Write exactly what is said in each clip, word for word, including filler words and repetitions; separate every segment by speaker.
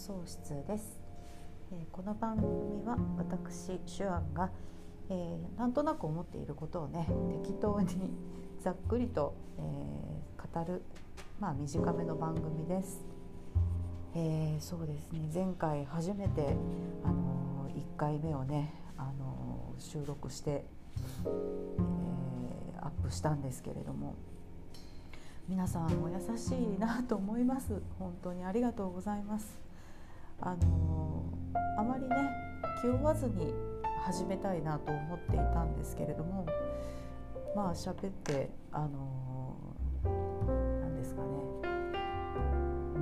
Speaker 1: 喪失です、えー、この番組は私シュアンが、えー、なんとなく思っていることをね適当にざっくりと、えー、語る、まあ、短めの番組です、えー、そうですね前回初めて、あのー、いっかいめをね、あのー、収録して、えー、アップしたんですけれども、皆さんお優しいなと思います。本当にありがとうございます。あのあまりね気負わずに始めたいなと思っていたんですけれども、まあ喋ってあの何ですかね、うん、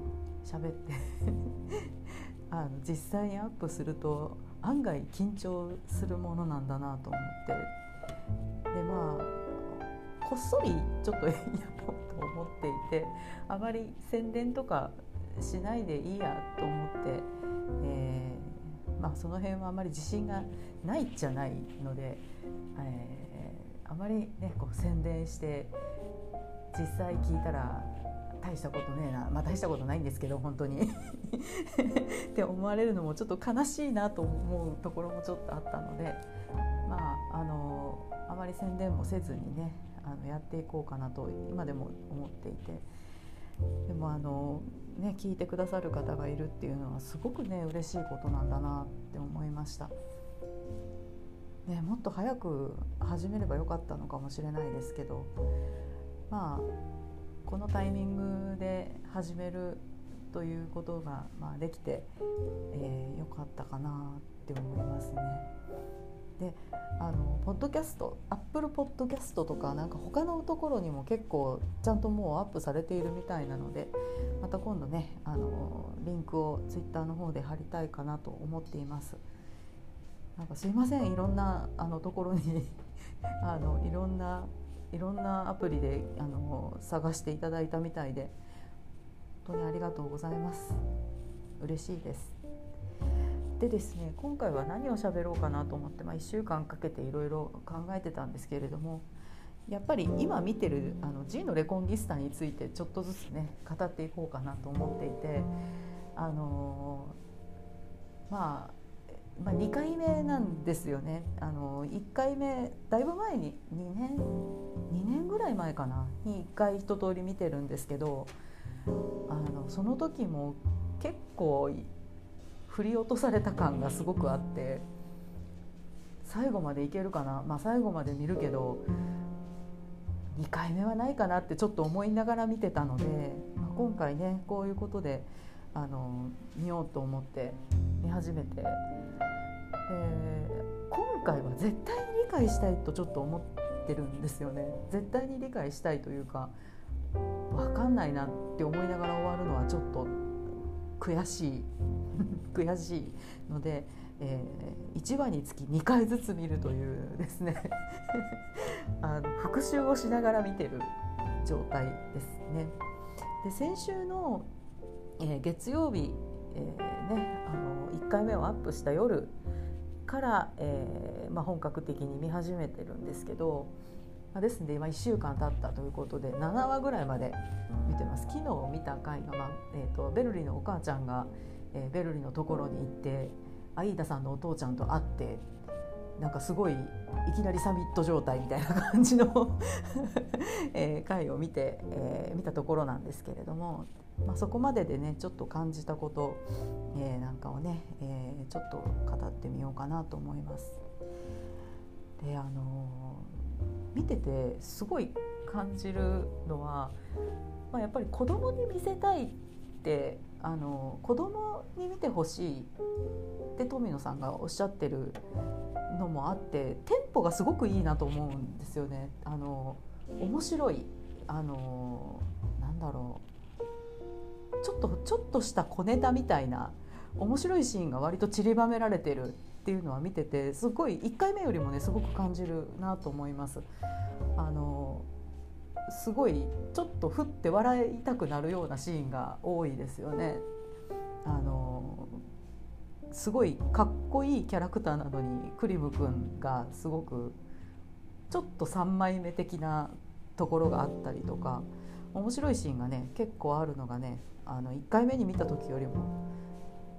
Speaker 1: 喋ってあの実際にアップすると案外緊張するものなんだなと思って、でまあこっそりちょっとやろうと思っていて、あまり宣伝とかしないでいいやと思って、えーまあ、その辺はあまり自信がないじゃないので、えー、あまりねこう宣伝して実際聞いたら大したことねえな、まあ大したことないんですけど本当にって思われるのもちょっと悲しいなと思うところもちょっとあったので、まああのあまり宣伝もせずにねあのやっていこうかなと今でも思っていて、でもあのね聞いてくださる方がいるっていうのはすごくね嬉しいことなんだなって思いました、ね、もっと早く始めればよかったのかもしれないですけど、まあこのタイミングで始めるということが、まあ、できて、えー、よかったかなって思いますね。であのポッドキャスト、アップルポッドキャストとかなんか他のところにも結構ちゃんともうアップされているみたいなので、また今度ねあのリンクをツイッターの方で貼りたいかなと思っています。なんかすいません、いろんなあのところにあのいろんないろんなアプリであの探していただいたみたいで本当にありがとうございます。嬉しいです。でですね、今回は何を喋ろうかなと思って、まあ、いっしゅうかんかけていろいろ考えてたんですけれども、やっぱり今見てるあの G のレコンギスタについてちょっとずつね語っていこうかなと思っていて、あのー、まあまあ、にかいめなんですよね。あのいっかいめだいぶ前ににねんにねんぐらい前かなにいっかい一通り見てるんですけど、あのその時も結構振り落とされた感がすごくあって、最後までいけるかな、まあ最後まで見るけどにかいめはないかなってちょっと思いながら見てたので、まあ、今回ねこういうことであの見ようと思って見始めて、えー、今回は絶対に理解したいとちょっと思ってるんですよね。絶対に理解したいというか、分かんないなって思いながら終わるのはちょっと悔しい悔しいので、えー、いちわにつきにかいずつ見るというですねあの復習をしながら見てる状態ですね。で先週の、えー、月曜日、えーね、あのいっかいめをアップした夜から、えーまあ、本格的に見始めてるんですけど、まあ、ですので、まあ、いっしゅうかん経ったということでななわぐらいまで見てます。昨日見た回が、まあえー、とベルリのお母ちゃんが、えー、ベルリのところに行ってアイーダさんのお父ちゃんと会って、なんかすごいいきなりサミット状態みたいな感じの、えー、回を見て、えー、見たところなんですけれども、まあ、そこまででねちょっと感じたこと、えー、なんかをね、えー、ちょっと語ってみようかなと思います。であのー、見ててすごい感じるのは、まあ、やっぱり子供に見せたいってあの子供に見てほしいって富野さんがおっしゃってるのもあって、テンポがすごくいいなと思うんですよね。あの面白い、あのなんだろう、ちょっとちょっとした小ネタみたいな面白いシーンが割と散りばめられてるっていうのは見ててすごいいっかいめよりもねすごく感じるなと思います。あのすごいちょっとふって笑いたくなるようなシーンが多いですよね。あのすごいかっこいいキャラクターなのにクリム君がすごくちょっと三枚目的なところがあったりとか、面白いシーンがね結構あるのがね、あのいっかいめに見た時よりも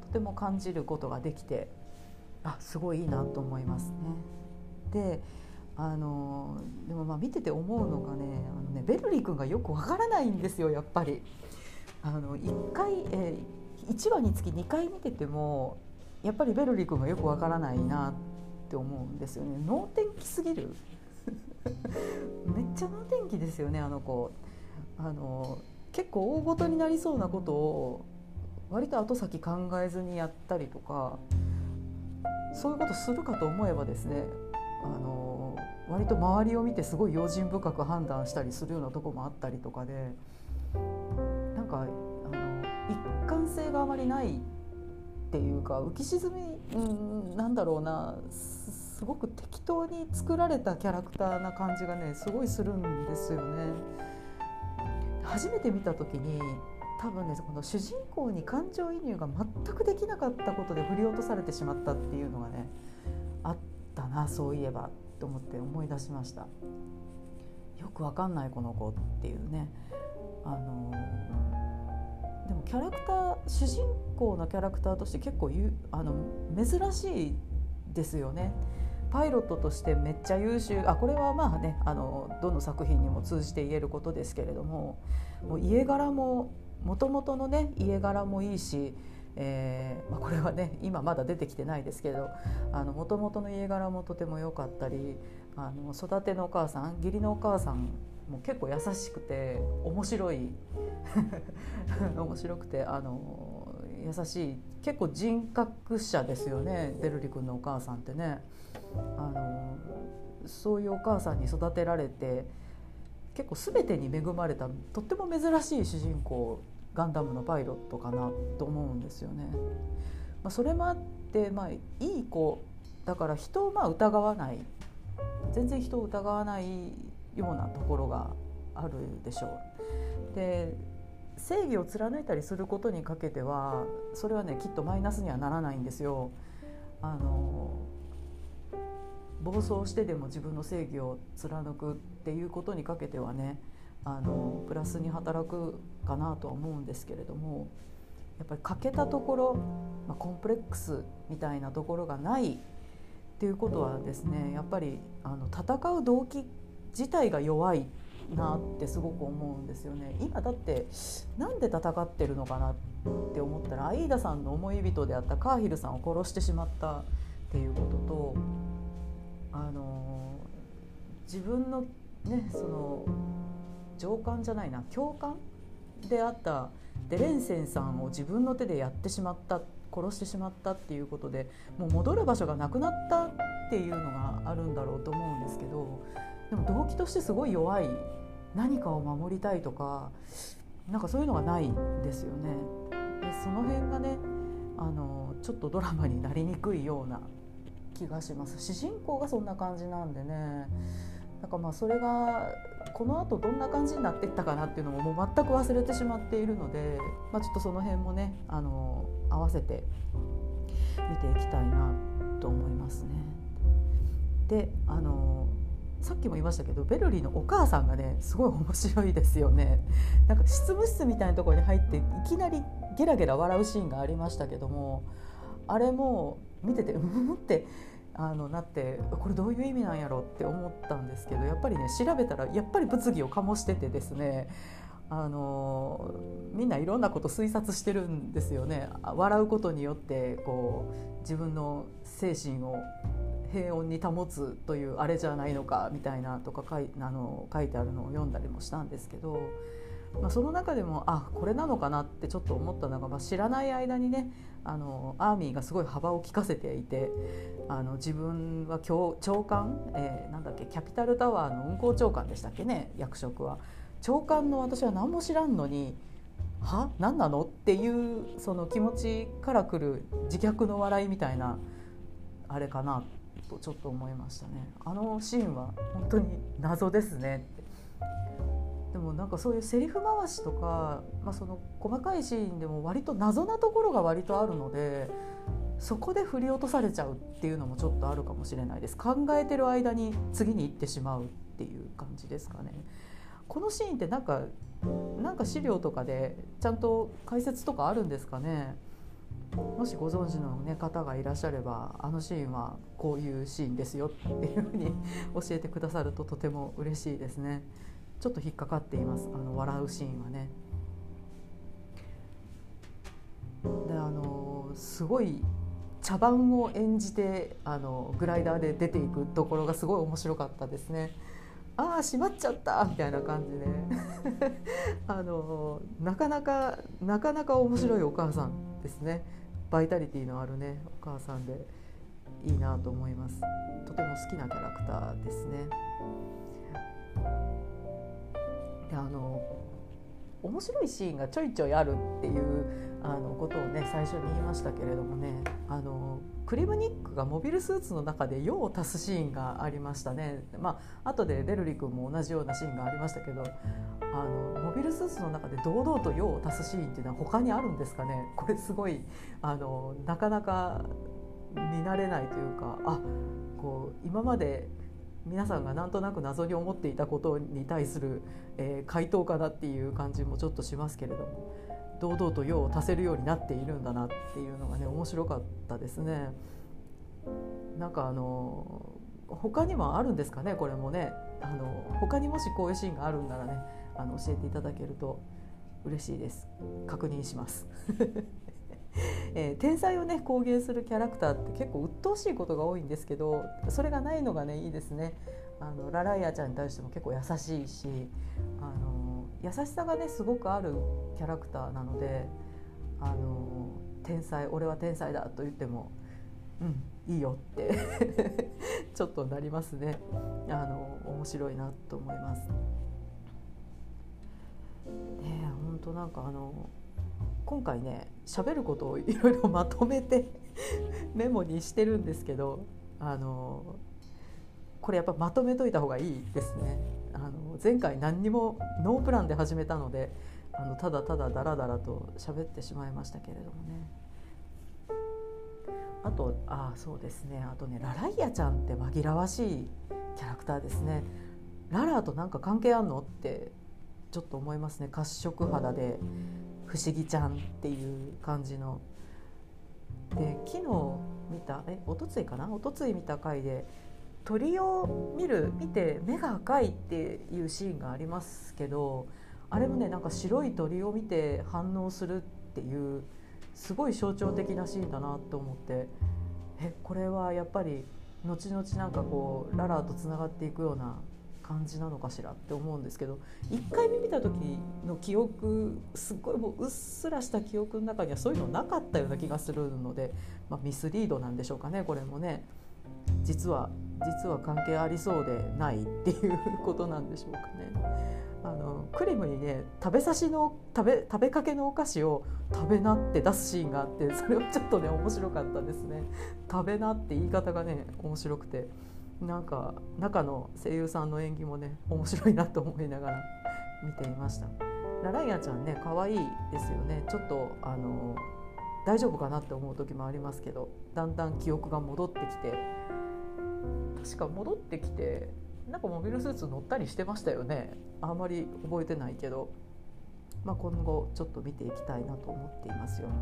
Speaker 1: とても感じることができて、あ、すごいいいなと思いますね。であのでもまあ見てて思うのがね、あのねベルリー君がよくわからないんですよ。やっぱりあのいっかい、えー、いちわにつきにかい見ててもやっぱりベルリー君がよくわからないなって思うんですよね。能天気すぎるめっちゃ能天気ですよね、あの子。あの結構大ごとになりそうなことを割と後先考えずにやったりとか、そういうことするかと思えばですね、あの割と周りを見てすごい用心深く判断したりするようなとこもあったりとかで、なんかあの一貫性があまりないっていうか、浮き沈み、うん、なんだろうな、す、すごく適当に作られたキャラクターな感じがねすごいするんですよね。初めて見た時に多分ね、この主人公に感情移入が全くできなかったことで振り落とされてしまったっていうのがねあったな、そういえばと思って思い出しました。よくわかんないこの子っていうね。あのでもキャラクター、主人公のキャラクターとして結構ゆあの珍しいですよね。パイロットとしてめっちゃ優秀、あ、これはまあね、あのどの作品にも通じて言えることですけれども、もう家柄ももともとのね家柄もいいし、えーまあ、これはね今まだ出てきてないですけど、もともとの家柄もとても良かったり、あの育てのお母さん、義理のお母さんも結構優しくて面白い面白くてあの優しい、結構人格者ですよね、ベルリ君のお母さんってね。あのそういうお母さんに育てられて結構全てに恵まれたとっても珍しい主人公、ガンダムのパイロットかなと思うんですよね。まあ、それもあって、まあ、いい子だから人をまあ疑わない、全然人を疑わないようなところがあるでしょう。で正義を貫いたりすることにかけてはそれはねきっとマイナスにはならないんですよ。あの暴走してでも自分の正義を貫くっていうことにかけてはね、あのプラスに働くかなとは思うんですけれども、やっぱり欠けたところ、まあ、コンプレックスみたいなところがないっていうことはですね、やっぱりあの戦う動機自体が弱いなってすごく思うんですよね。今だってなんで戦ってるのかなって思ったら、アイーダさんの思い人であったカーヒルさんを殺してしまったっていうことと、あの自分のねその上官じゃないな教官であったデレンセンさんを自分の手でやってしまった、殺してしまったっていうことでもう戻る場所がなくなったっていうのがあるんだろうと思うんですけど、でも動機としてすごい弱い、何かを守りたいとかなんかそういうのがないんですよね。でその辺がねあのちょっとドラマになりにくいような気がします。主人公がそんな感じなんでね、なんかまあそれがこの後どんな感じになっていったかなっていうのももう全く忘れてしまっているので、まあ、ちょっとその辺もねあの合わせて見ていきたいなと思いますね。であのさっきも言いましたけどベルリーのお母さんがねすごい面白いですよね。なんか執務室みたいなところに入っていきなりゲラゲラ笑うシーンがありましたけども、あれも見ててうんってあのなって、これどういう意味なんやろって思ったんですけど、やっぱりね調べたらやっぱり物議を醸しててですね、あのみんないろんなこと推察してるんですよね。笑うことによってこう自分の精神を平穏に保つというあれじゃないのかみたいなとか書い、あの書いてあるのを読んだりもしたんですけど、まあ、その中でもあこれなのかなってちょっと思ったのが、まあ、知らない間にねあのアーミーがすごい幅を利かせていて、あの自分は長官、えー、なんだっけキャピタルタワーの運行長官でしたっけね、役職は。長官の私は何も知らんのには何なのっていうその気持ちからくる自虐の笑いみたいなあれかなとちょっと思いましたね。あのシーンは本当に謎ですねって。でもなんかそういうセリフ回しとか、まあ、その細かいシーンでも割と謎なところが割とあるので、そこで振り落とされちゃうっていうのもちょっとあるかもしれないです。考えてる間に次に行ってしまうっていう感じですかね。このシーンってなんかなんか資料とかでちゃんと解説とかあるんですかね。 もしご存知の、ね、方がいらっしゃれば、あのシーンはこういうシーンですよっていうふうに教えてくださるととても嬉しいですね。ちょっと引っかかっています、あの笑うシーンはね。であのすごい茶番を演じてあのグライダーで出ていくところがすごい面白かったですね。ああ閉まっちゃったみたいな感じであのなかなかなかなか面白いお母さんですね。バイタリティのあるねお母さんでいいなと思います。とても好きなキャラクターですね。であの面白いシーンがちょいちょいあるっていうあのことをね最初に言いましたけれどもね、あのクリムニックがモビルスーツの中で用を足すシーンがありましたね。まあ後でレルリ君も同じようなシーンがありましたけど、あのモビルスーツの中で堂々と用を足すシーンっていうのは他にあるんですかね。これすごいあのなかなか見慣れないというか、あこう今まで皆さんがなんとなく謎に思っていたことに対する、えー、回答かなっていう感じもちょっとしますけれども、堂々と用を足せるようになっているんだなっていうのがね面白かったですね。なんかあの他にもあるんですかね、これもね。あの他にもしこういうシーンがあるんならね、あの教えていただけると嬉しいです。確認しますえー、天才をね公言するキャラクターって結構鬱陶しいことが多いんですけど、それがないのがねいいですね。あのラライアちゃんに対しても結構優しいし、あの優しさがねすごくあるキャラクターなので、あの天才俺は天才だと言ってもうんいいよってちょっとなりますね。あの面白いなと思います。ねえ本当なんかあの今回ね喋ることをいろいろまとめてメモにしてるんですけど、あのこれやっぱまとめといた方がいいですね。あの前回何にもノープランで始めたので、あのただただダラダラと喋ってしまいましたけれどもね。あとあそうですねあとねラライアちゃんって紛らわしいキャラクターですね。ララとなんか関係あんのってちょっと思いますね。褐色肌で不思議ちゃんっていう感じので、昨日見たえおとついかなおとつい見た回で鳥を見る見て目が赤いっていうシーンがありますけど、あれもねなんか白い鳥を見て反応するっていうすごい象徴的なシーンだなと思って、えこれはやっぱり後々なんかこうララとつながっていくような感じなのかしらって思うんですけど、いっかいめ見た時の記憶すごいもううっすらした記憶の中にはそういうのなかったような気がするので、まあ、ミスリードなんでしょうかね。これもね実は実は関係ありそうでないっていうことなんでしょうかね。あのクリムにね食べさしの食べ食べかけのお菓子を食べなって出すシーンがあって、それはちょっとね面白かったですね。食べなって言い方がね面白くて、なんか中の声優さんの演技もね面白いなと思いながら見ていました。ラライアちゃんね可愛いですよね。ちょっとあの大丈夫かなって思う時もありますけど、だんだん記憶が戻ってきて、確か戻ってきてなんかモビルスーツ乗ったりしてましたよね。あんまり覚えてないけど、まあ、今後ちょっと見ていきたいなと思っていますよ。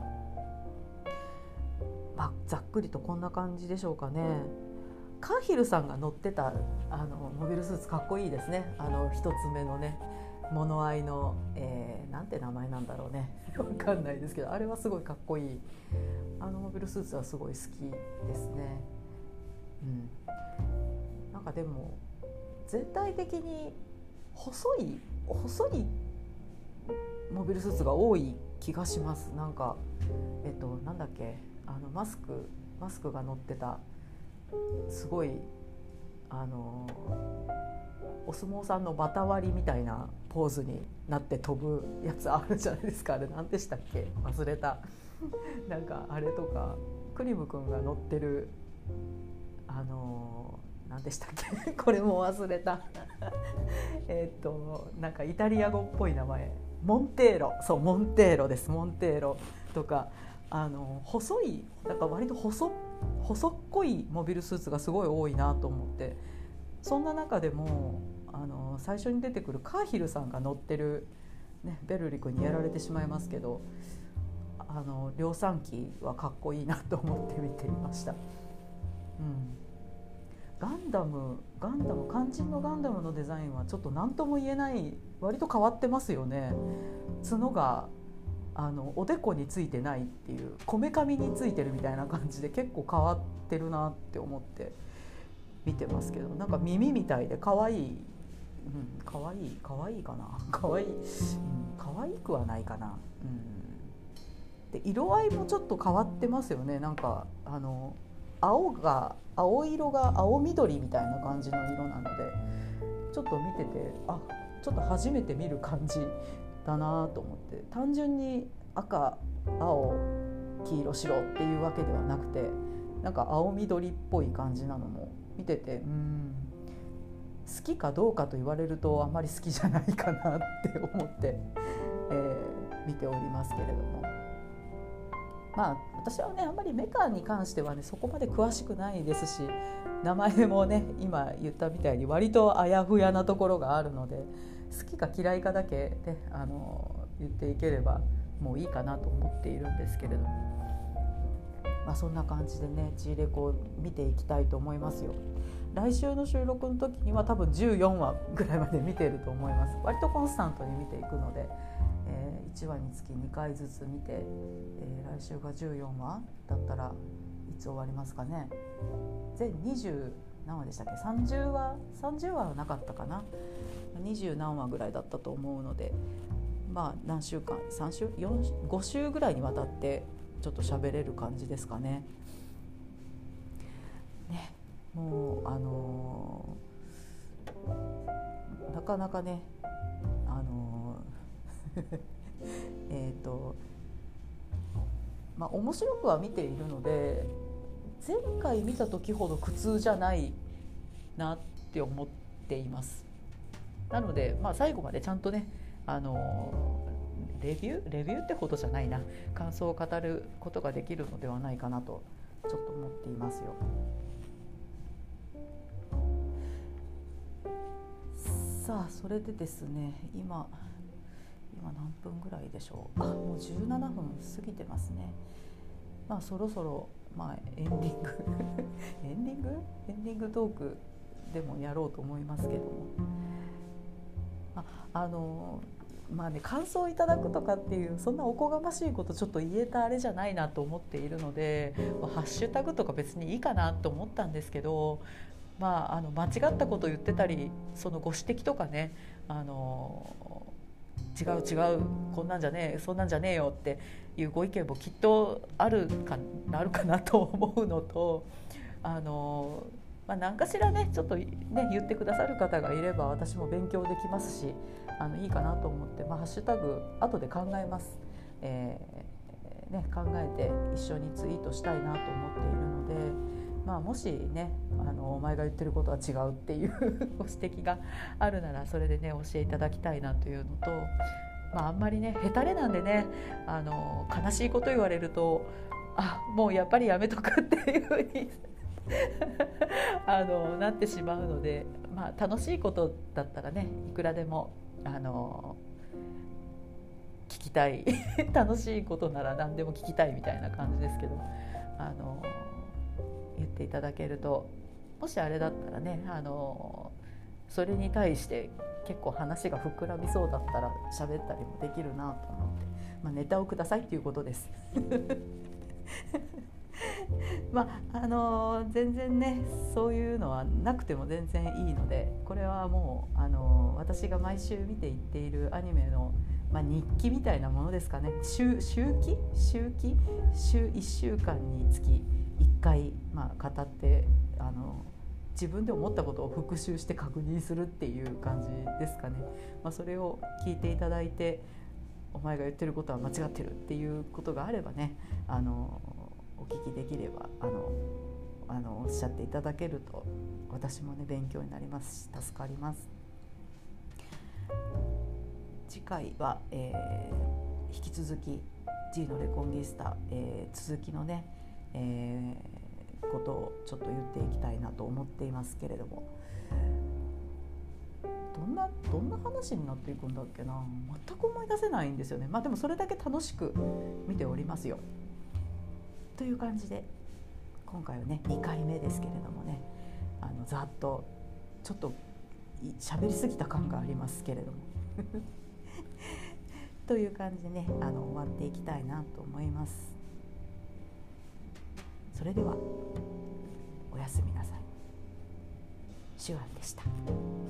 Speaker 1: まあ、ざっくりとこんな感じでしょうかね。カーヒルさんが乗ってたあのモビルスーツかっこいいですね。あの一つ目のね物合いの、えー、なんて名前なんだろうねわかんないですけど、あれはすごいかっこいい。あのモビルスーツはすごい好きですね。うん、なんかでも全体的に細い細いモビルスーツが多い気がします。なんかえっとなんだっけあのマスクマスクが乗ってたすごいあのお相撲さんのバタ割りみたいなポーズになって飛ぶやつあるじゃないですか。あれ何でしたっけ忘れたなんかあれとかクリム君が乗ってるあの何でしたっけこれも忘れたえっとなんかイタリア語っぽい名前、モンテーロ、そうモンテーロです。モンテーロとかあの細いなんか割と細細っこいモビルスーツがすごい多いなと思って、そんな中でもあの最初に出てくるカーヒルさんが乗ってる、ね、ベルリ君にやられてしまいますけど、ああの量産機はかっこいいなと思って見ていました。うん、ガンダムガンダム肝心のガンダムのデザインはちょっと何とも言えない、割と変わってますよね。角があのおでこについてないっていう、こめかみについてるみたいな感じで結構変わってるなって思って見てますけど、なんか耳みたいで可愛い、うん、可愛い可愛いかな可愛い、うん、可愛くはないかな、うん、で色合いもちょっと変わってますよね。なんかあの青が青色が青緑みたいな感じの色なので、ちょっと見ててあちょっと初めて見る感じだなと思って、単純に赤青黄色白っていうわけではなくて、なんか青緑っぽい感じなのも見てて、うん好きかどうかと言われるとあんまり好きじゃないかなって思って、えー、見ておりますけれども、まあ私はねあんまりメカに関してはねそこまで詳しくないですし、名前もね今言ったみたいに割とあやふやなところがあるので、好きか嫌いかだけで、あの言っていければもういいかなと思っているんですけれども、まあ、そんな感じでね G レコを見ていきたいと思いますよ。来週の収録の時には多分じゅうよんわぐらいまで見ていると思います。割とコンスタントに見ていくので、えー、いちわにつきにかいずつ見て、えー、来週がじゅうよんわだったらいつ終わりますかね。全にじゅう何話でしたっけ、さんじゅうわさんじゅうわはなかったかな、にじゅう何話ぐらいだったと思うので、まあ何週間さん週よんご週ぐらいにわたってちょっと喋れる感じですかね。ね、もうあのー、なかなかねあのー、えっとまあ面白くは見ているので、前回見た時ほど苦痛じゃないなって思っています。なので、まあ、最後までちゃんとね、あのレビューレビューってほどじゃないな、感想を語ることができるのではないかなとちょっと思っていますよ。さあそれでですね、今今何分ぐらいでしょう。あ、もうじゅうななふん過ぎてますね。まあそろそろ、まあ、エンディングエンディングエンディングトークでもやろうと思いますけども、ああのまあね、感想をいただくとかっていうそんなおこがましいことちょっと言えたあれじゃないなと思っているので、ハッシュタグとか別にいいかなと思ったんですけど、まあ、あの間違ったことを言ってたり、そのご指摘とかね、あの違う違うこんなんじゃねえそんなんじゃねえよっていうご意見もきっとあるかなるかなと思うのと、あのまあ、何かしらねちょっとね言ってくださる方がいれば私も勉強できますし、あのいいかなと思って、まあ、ハッシュタグ後で考えます、えーね、考えて一緒にツイートしたいなと思っているので、まあ、もしねあのお前が言ってることは違うっていうご指摘があるならそれでね教えていただきたいなというのと、まあ、あんまりねヘタレなんでね、あの悲しいこと言われるとあもうやっぱりやめとくっていうふうにあのなってしまうので、まあ、楽しいことだったらねいくらでもあの聞きたい楽しいことなら何でも聞きたいみたいな感じですけど、あの言っていただけると、もしあれだったらねあのそれに対して結構話が膨らみそうだったら喋ったりもできるなと思って、まあ、ネタをくださいということですまああの全然ねそういうのはなくても全然いいので、これはもうあの私が毎週見ていっているアニメの、まあ、日記みたいなものですかね。週周期周期週いっしゅうかんにつきいっかい、まあ、語ってあの自分で思ったことを復習して確認するっていう感じですかね。まあ、それを聞いていただいてお前が言ってることは間違ってるっていうことがあればね、あのお聞きできればあのあのおっしゃっていただけると私もね勉強になりますし助かります。次回は、えー、引き続き G のレコンギスタ、えー、続きのね、えー、ことをちょっと言っていきたいなと思っていますけれども、 どんなどんな話になっていくんだっけな、全く思い出せないんですよね。まあでもそれだけ楽しく見ておりますよ。という感じで今回はねにかいめですけれどもね、あのざっとちょっと喋りすぎた感がありますけれどもという感じでね、あの終わっていきたいなと思います。それではおやすみなさい。シュアンでした。